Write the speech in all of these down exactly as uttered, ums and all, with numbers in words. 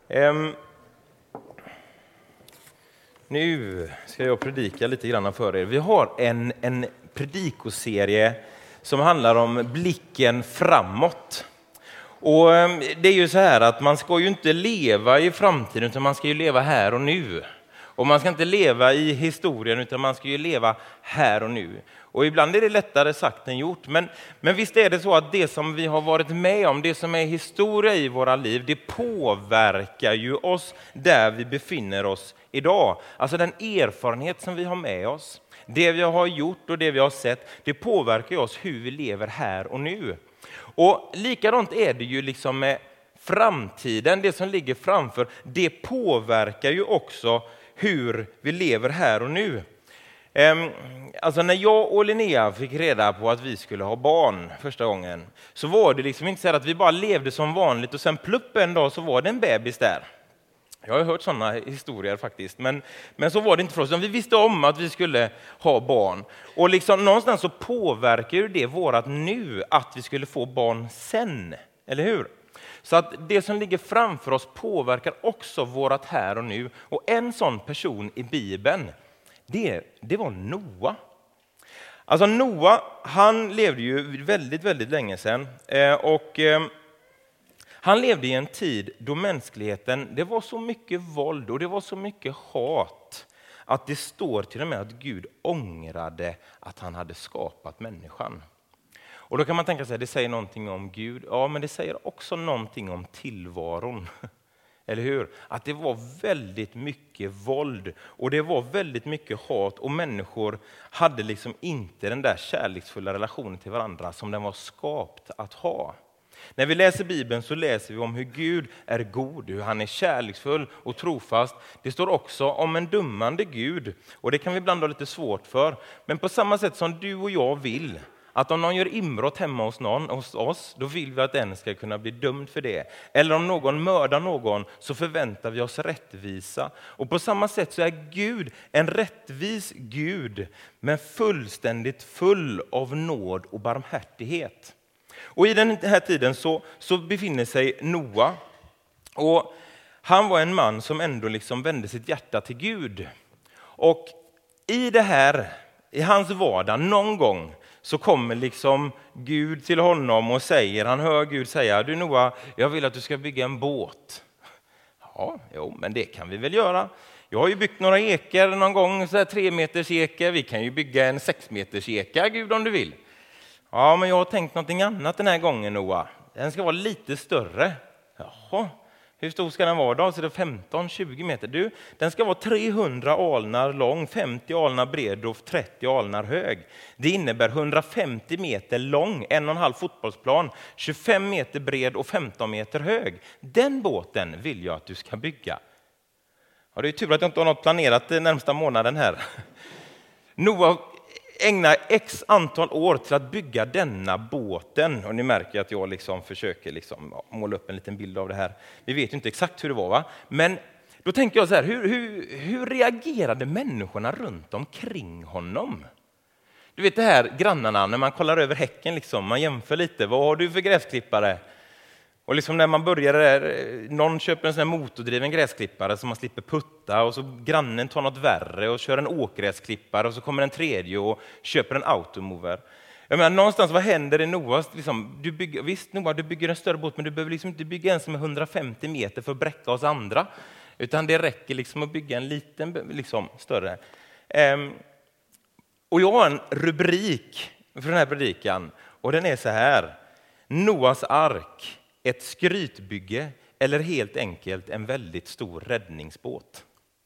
Um, nu ska jag predika lite grann för er. Vi har en, en predikoserie som handlar om blicken framåt. Och um, det är ju så här att man ska ju inte leva i framtiden utan man ska ju leva här och nu. Och man ska inte leva i historien utan man ska ju leva här och nu. Och ibland är det lättare sagt än gjort. Men, men visst är det så att det som vi har varit med om, det som är historia i våra liv, det påverkar ju oss där vi befinner oss idag. Alltså den erfarenhet som vi har med oss, det vi har gjort och det vi har sett, det påverkar oss hur vi lever här och nu. Och likadant är det ju liksom med framtiden, det som ligger framför, det påverkar ju också hur vi lever här och nu. Alltså när jag och Linnea fick reda på att vi skulle ha barn första gången, så var det liksom inte så att vi bara levde som vanligt och sen plupp en dag så var det en bebis där. Jag har hört sådana historier faktiskt, men, men så var det inte för oss. Vi visste om att vi skulle ha barn. Och liksom någonstans så påverkar ju det vårat nu att vi skulle få barn sen, eller hur? Så att det som ligger framför oss påverkar också vårat här och nu. Och en sån person i Bibeln, det, det var Noa. Alltså Noa, han levde ju väldigt, väldigt länge sedan. Eh, och eh, han levde i en tid då mänskligheten, det var så mycket våld och det var så mycket hat. Att det står till och med att Gud ångrade att han hade skapat människan. Och då kan man tänka sig att det säger någonting om Gud. Ja, men det säger också någonting om tillvaron. Eller hur? Att det var väldigt mycket våld och det var väldigt mycket hat. Och människor hade liksom inte den där kärleksfulla relationen till varandra som den var skapt att ha. När vi läser Bibeln så läser vi om hur Gud är god, hur han är kärleksfull och trofast. Det står också om en dömande Gud. Och det kan vi ibland ha lite svårt för. Men på samma sätt som du och jag vill, att om någon gör inbrott hemma hos någon, hos oss, då vill vi att den ska kunna bli dömd för det. Eller om någon mördar någon så förväntar vi oss rättvisa. Och på samma sätt så är Gud en rättvis Gud, men fullständigt full av nåd och barmhärtighet. Och i den här tiden så, så befinner sig Noa. Och han var en man som ändå liksom vände sitt hjärta till Gud. Och i det här, i hans vardag, någon gång, så kommer liksom Gud till honom och säger, han hör Gud säga, du Noa, jag vill att du ska bygga en båt. Ja, jo, men det kan vi väl göra. Jag har ju byggt några ekar någon gång, så här tre meters ekar. Vi kan ju bygga en sex meters eka, Gud, om du vill. Ja, men jag har tänkt någonting annat den här gången, Noa. Den ska vara lite större. Jaha, hur stor ska den vara då? Så det är femton till tjugo meter. Du, den ska vara trehundra alnar lång, femtio alnar bred och trettio alnar hög. Det innebär hundrafemtio meter lång, en och en halv fotbollsplan, tjugofem meter bred och femton meter hög. Den båten vill jag att du ska bygga. Ja, det är tur att jag inte har något planerat den närmsta månaden här. Noa ägnar x antal år till att bygga denna båten. Och ni märker att jag liksom försöker liksom måla upp en liten bild av det här. Vi vet ju inte exakt hur det var, va? Men då tänker jag så här, hur, hur, hur reagerade människorna runt omkring honom? Du vet det här grannarna, när man kollar över häcken, liksom, man jämför lite. Vad har du för gräsklippare? Och liksom när man börjar där, någon köper en sån här motordriven gräsklippare så man slipper putta, och så grannen tar något värre och kör en åkgräsklippare, och så kommer en tredje och köper en automover. Jag menar, någonstans, vad händer i Noas? Liksom, du bygger, visst Noa, du bygger en större båt, men du behöver liksom inte bygga en som är hundrafemtio meter för att bräcka oss andra. Utan det räcker liksom att bygga en liten liksom, större. Ehm, och jag har en rubrik för den här predikan, och den är så här: Noas ark. Ett skrytbygge eller helt enkelt en väldigt stor räddningsbåt.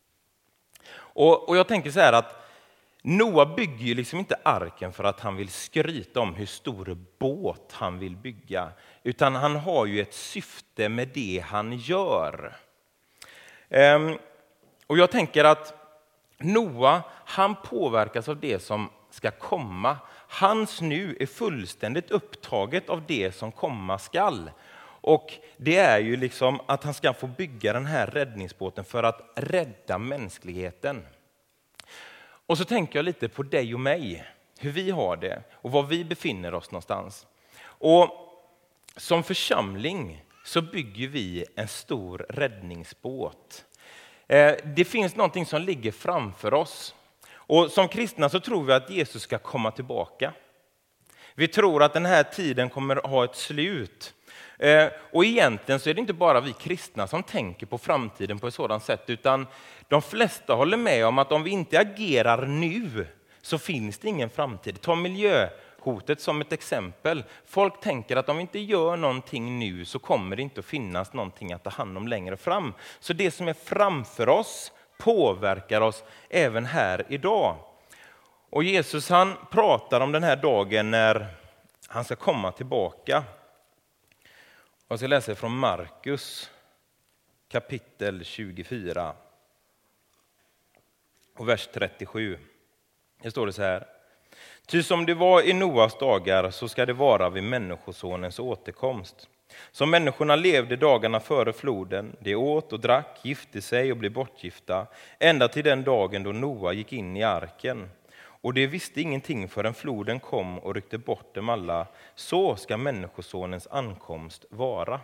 Och, och jag tänker så här att Noa bygger ju liksom inte arken för att han vill skryta om hur stor båt han vill bygga. Utan han har ju ett syfte med det han gör. Ehm, och jag tänker att Noa, han påverkas av det som ska komma. Hans nu är fullständigt upptaget av det som komma skall. Och det är ju liksom att han ska få bygga den här räddningsbåten för att rädda mänskligheten. Och så tänker jag lite på dig och mig, hur vi har det och var vi befinner oss någonstans. Och som församling så bygger vi en stor räddningsbåt. Eh, det finns någonting som ligger framför oss. Och som kristna så tror vi att Jesus ska komma tillbaka. Vi tror att den här tiden kommer att ha ett slut. Eh, och egentligen så är det inte bara vi kristna som tänker på framtiden på ett sådant sätt, utan de flesta håller med om att om vi inte agerar nu så finns det ingen framtid. Ta miljöhotet som ett exempel. Folk tänker att om vi inte gör någonting nu så kommer det inte att finnas någonting att ta hand om längre fram. Så det som är framför oss påverkar oss även här idag. Och Jesus han pratar om den här dagen när han ska komma tillbaka. Jag ska läsa från Markus kapitel tjugofyra och vers trettiosju. Det står det så här. Ty som det var i Noas dagar så ska det vara vid människosonens återkomst. Som människorna levde dagarna före floden, de åt och drack, gifte sig och blev bortgifta, ända till den dagen då Noa gick in i arken. Och de visste ingenting förrän floden kom och ryckte bort dem alla. Så ska människosonens ankomst vara.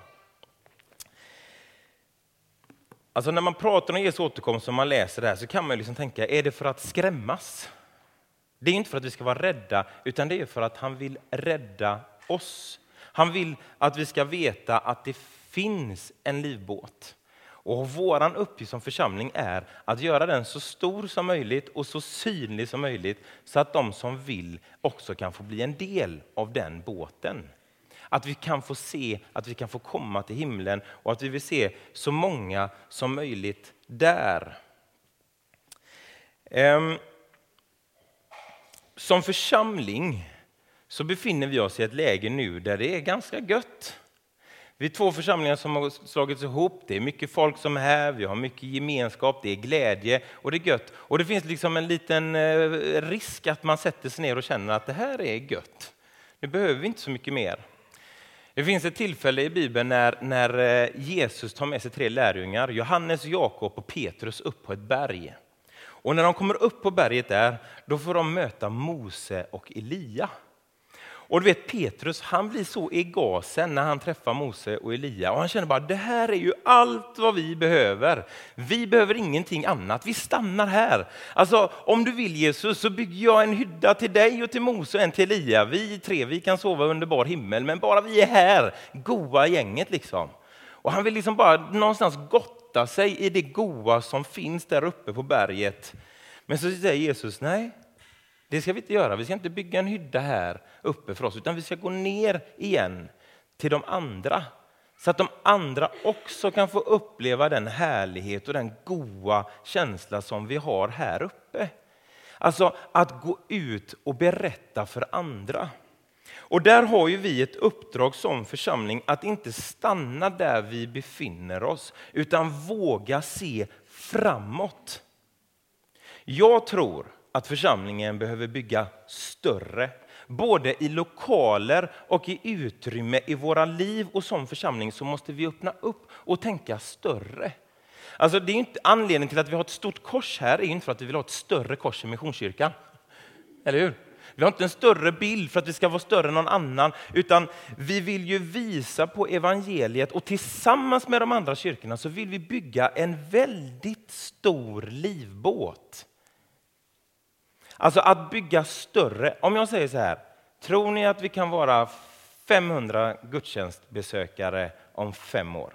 Alltså när man pratar om Jesu återkomst och man läser det här så kan man liksom tänka, är det för att skrämmas? Det är inte för att vi ska vara rädda, utan det är för att han vill rädda oss. Han vill att vi ska veta att det finns en livbåt. Och våran uppgift som församling är att göra den så stor som möjligt och så synlig som möjligt, så att de som vill också kan få bli en del av den båten. Att vi kan få se, att vi kan få komma till himlen och att vi vill se så många som möjligt där. Um, som församling så befinner vi oss i ett läge nu där det är ganska gött. Vi är två församlingar som har slagits ihop, det är mycket folk som är här, vi har mycket gemenskap, det är glädje och det är gött. Och det finns liksom en liten risk att man sätter sig ner och känner att det här är gött. Nu behöver vi inte så mycket mer. Det finns ett tillfälle i Bibeln när, när Jesus tar med sig tre lärjungar, Johannes, Jakob och Petrus, upp på ett berg. Och när de kommer upp på berget där, då får de möta Mose och Elia. Och du vet, Petrus, han blir så i gasen när han träffar Mose och Elia. Och han känner bara, det här är ju allt vad vi behöver. Vi behöver ingenting annat, vi stannar här. Alltså, om du vill Jesus så bygger jag en hydda till dig och till Mose och en till Elia. Vi tre, vi kan sova under bar himmel, men bara vi är här, goa gänget liksom. Och han vill liksom bara någonstans gotta sig i det goa som finns där uppe på berget. Men så säger Jesus, nej. Det ska vi inte göra. Vi ska inte bygga en hydda här uppe för oss, utan vi ska gå ner igen till de andra. Så att de andra också kan få uppleva den härlighet och den goda känsla som vi har här uppe. Alltså att gå ut och berätta för andra. Och där har ju vi ett uppdrag som församling att inte stanna där vi befinner oss, utan våga se framåt. Jag tror att församlingen behöver bygga större, både i lokaler och i utrymme i våra liv, och som församling så måste vi öppna upp och tänka större. Alltså det är inte anledningen till att vi har ett stort kors här, är inte för att vi vill ha ett större kors i Missionskyrkan. Eller hur? Vi har inte en större bild för att vi ska vara större än någon annan, utan vi vill ju visa på evangeliet, och tillsammans med de andra kyrkorna så vill vi bygga en väldigt stor livbåt. Alltså att bygga större. Om jag säger så här, tror ni att vi kan vara femhundra gudstjänstbesökare om fem år?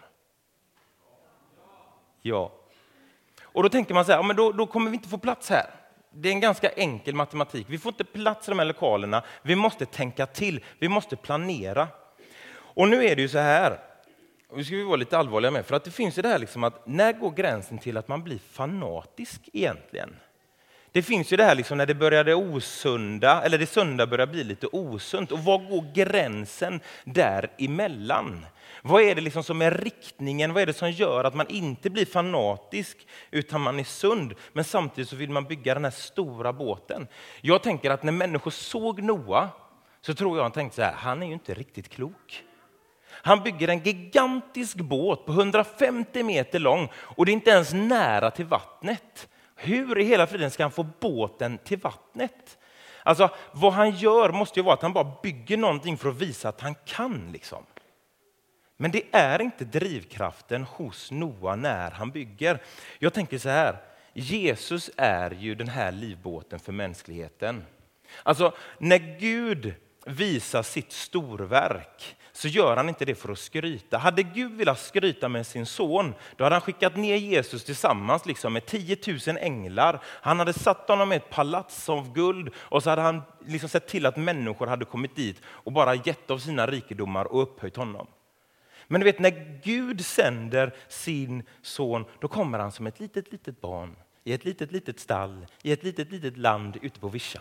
Ja. Och då tänker man så här, ja, men då, då kommer vi inte få plats här. Det är en ganska enkel matematik. Vi får inte plats i de här lokalerna. Vi måste tänka till. Vi måste planera. Och nu är det ju så här, och nu ska vi vara lite allvarliga med, för att det finns ju det här liksom att när går gränsen till att man blir fanatisk egentligen? Det finns ju det här liksom när det började osunda, eller det sunda börjar bli lite osunt. Och vad går gränsen däremellan? Vad är det liksom som är riktningen? Vad är det som gör att man inte blir fanatisk utan man är sund? Men samtidigt så vill man bygga den här stora båten. Jag tänker att när människor såg Noa så tror jag han tänkte så här, han är ju inte riktigt klok. Han bygger en gigantisk båt på hundrafemtio meter lång och det är inte ens nära till vattnet. Hur i hela friden ska han få båten till vattnet? Alltså vad han gör måste ju vara att han bara bygger någonting för att visa att han kan liksom. Men det är inte drivkraften hos Noa när han bygger. Jag tänker så här, Jesus är ju den här livbåten för mänskligheten. Alltså när Gud visar sitt storverk så gör han inte det för att skryta. Hade Gud velat skryta med sin son, då hade han skickat ner Jesus tillsammans liksom med tio tusen änglar. Han hade satt honom i ett palats av guld och så hade han liksom sett till att människor hade kommit dit och bara gett av sina rikedomar och upphöjt honom. Men du vet, när Gud sänder sin son, då kommer han som ett litet, litet barn i ett litet, litet stall, i ett litet, litet land ute på vischan.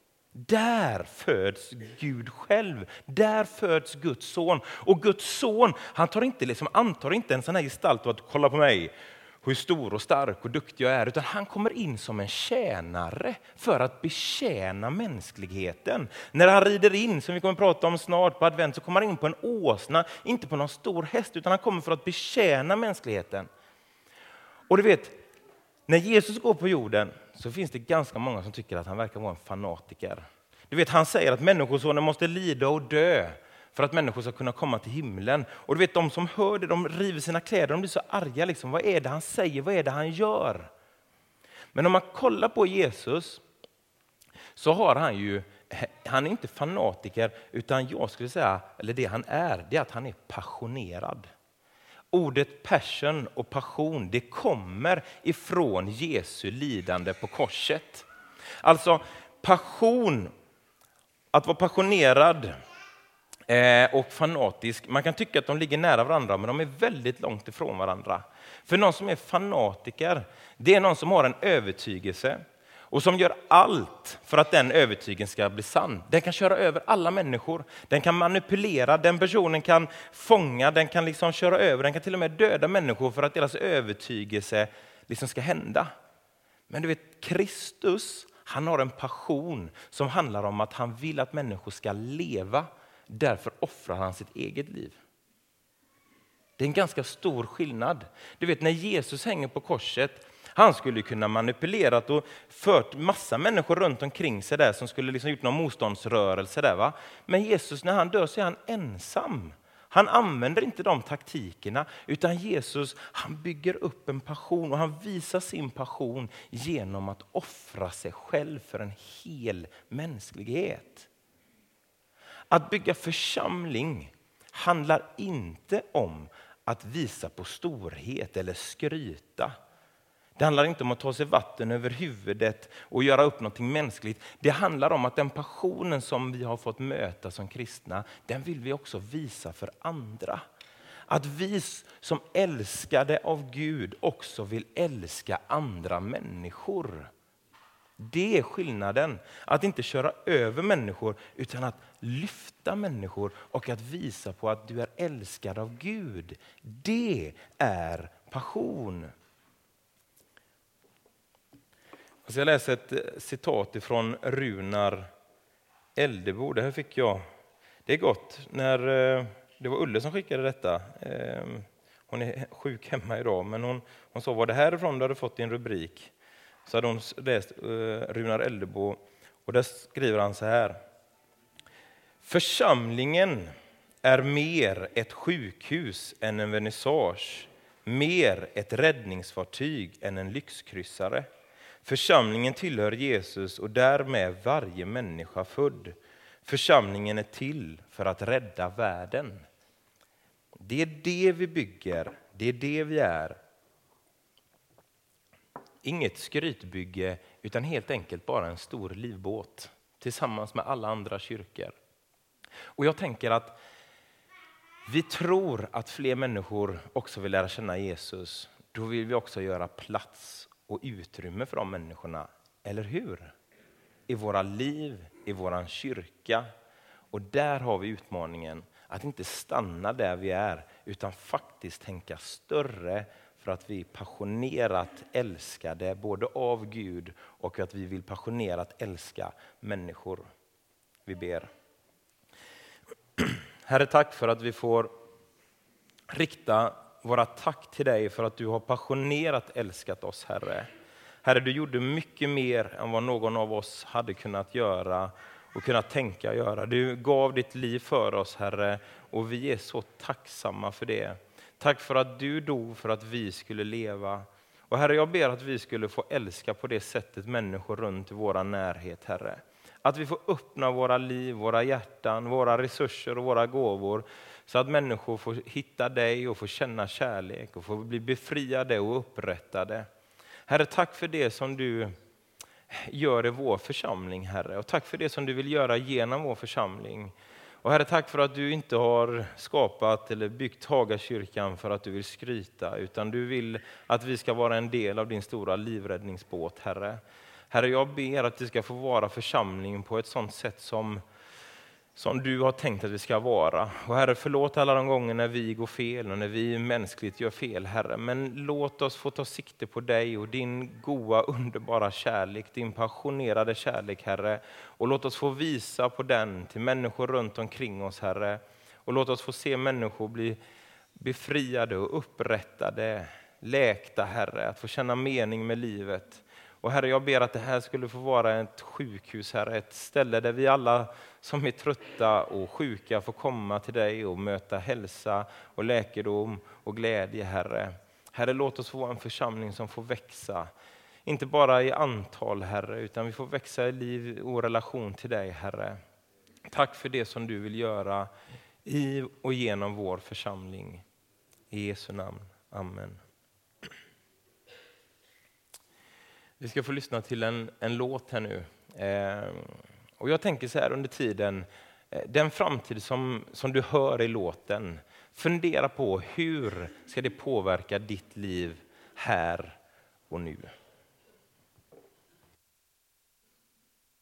Där föds Gud själv. Där föds Guds son. Och Guds son, han tar inte, liksom, antar inte en sån här gestalt att kolla på mig, hur stor och stark och duktig jag är. Utan han kommer in som en tjänare för att betjäna mänskligheten. När han rider in, som vi kommer att prata om snart på advent, så kommer han in på en åsna. Inte på någon stor häst, utan han kommer för att betjäna mänskligheten. Och du vet, när Jesus går på jorden så finns det ganska många som tycker att han verkar vara en fanatiker. Du vet, han säger att människosonen måste lida och dö för att människor ska kunna komma till himlen. Och du vet, de som hör det, de river sina kläder, de blir så arga. Liksom. Vad är det han säger? Vad är det han gör? Men om man kollar på Jesus så har han ju, han är inte fanatiker, utan jag skulle säga, eller det han är, det är att han är passionerad. Ordet passion och passion, det kommer ifrån Jesu lidande på korset. Alltså passion, att vara passionerad och fanatisk, man kan tycka att de ligger nära varandra, men de är väldigt långt ifrån varandra. För någon som är fanatiker, det är någon som har en övertygelse och som gör allt för att den övertygelsen ska bli sann. Den kan köra över alla människor. Den kan manipulera, den personen kan fånga, den kan liksom köra över, den kan till och med döda människor för att deras övertygelse liksom ska hända. Men du vet, Kristus, han har en passion som handlar om att han vill att människor ska leva. Därför offrar han sitt eget liv. Det är en ganska stor skillnad. Du vet, när Jesus hänger på korset, han skulle kunna manipulerat och fört massa människor runt omkring sig där som skulle liksom gjort någon motståndsrörelse där, va? Men Jesus, när han dör, så är han ensam. Han använder inte de taktikerna, utan Jesus, han bygger upp en passion och han visar sin passion genom att offra sig själv för en hel mänsklighet. Att bygga församling handlar inte om att visa på storhet eller skryta. Det handlar inte om att ta sig vatten över huvudet och göra upp något mänskligt. Det handlar om att den passionen som vi har fått möta som kristna, den vill vi också visa för andra. Att vi som älskade av Gud också vill älska andra människor. Det är skillnaden. Att inte köra över människor utan att lyfta människor och att visa på att du är älskad av Gud. Det är passion. Alltså jag läser ett citat ifrån Runar Eldebo. Det här fick jag. Det är gott. När det var Ulle som skickade detta. Hon är sjuk hemma idag, men hon, hon sa, vad det här ifrån du hade fått i en rubrik. Så hade hon läst Runar Eldebo och där skriver han så här. Församlingen är mer ett sjukhus än en vernissage. Mer ett räddningsfartyg än en lyxkryssare. Församlingen tillhör Jesus och därmed varje människa född. Församlingen är till för att rädda världen. Det är det vi bygger, det är det vi är. Inget skrytbygge utan helt enkelt bara en stor livbåt tillsammans med alla andra kyrkor. Och jag tänker att vi tror att fler människor också vill lära känna Jesus. Då vill vi också göra plats och utrymme för de människorna, eller hur? I våra liv, i våran kyrka. Och där har vi utmaningen att inte stanna där vi är, utan faktiskt tänka större för att vi är passionerat älskade både av Gud och att vi vill passionerat älska människor. Vi ber. Herre, tack för att vi får rikta våra tack till dig för att du har passionerat älskat oss, Herre. Herre, du gjorde mycket mer än vad någon av oss hade kunnat göra och kunnat tänka göra. Du gav ditt liv för oss, Herre, och vi är så tacksamma för det. Tack för att du dog för att vi skulle leva. Och Herre, jag ber att vi skulle få älska på det sättet människor runt i våra närhet, Herre. Att vi får öppna våra liv, våra hjärtan, våra resurser och våra gåvor så att människor får hitta dig och får känna kärlek och får bli befriade och upprättade. Herre, tack för det som du gör i vår församling, Herre. Och tack för det som du vill göra genom vår församling. Och Herre, tack för att du inte har skapat eller byggt Hagakyrkan för att du vill skryta, utan du vill att vi ska vara en del av din stora livräddningsbåt, Herre. Herre, jag ber att det ska få vara församling på ett sådant sätt som, som du har tänkt att det ska vara. Och Herre, förlåt alla de gånger när vi går fel och när vi mänskligt gör fel, Herre. Men låt oss få ta sikte på dig och din goda, underbara kärlek, din passionerade kärlek, Herre. Och låt oss få visa på den till människor runt omkring oss, Herre. Och låt oss få se människor bli befriade och upprättade, läkta, Herre. Att få känna mening med livet. Och Herre, jag ber att det här skulle få vara ett sjukhus, Herre, ett ställe där vi alla som är trötta och sjuka får komma till dig och möta hälsa och läkedom och glädje, Herre. Herre, låt oss få vara en församling som får växa, inte bara i antal, Herre, utan vi får växa i liv och relation till dig, Herre. Tack för det som du vill göra i och genom vår församling. I Jesu namn. Amen. Vi ska få lyssna till en, en låt här nu. Eh, och jag tänker så här under tiden, eh, den framtid som, som du hör i låten, fundera på hur ska det påverka ditt liv här och nu.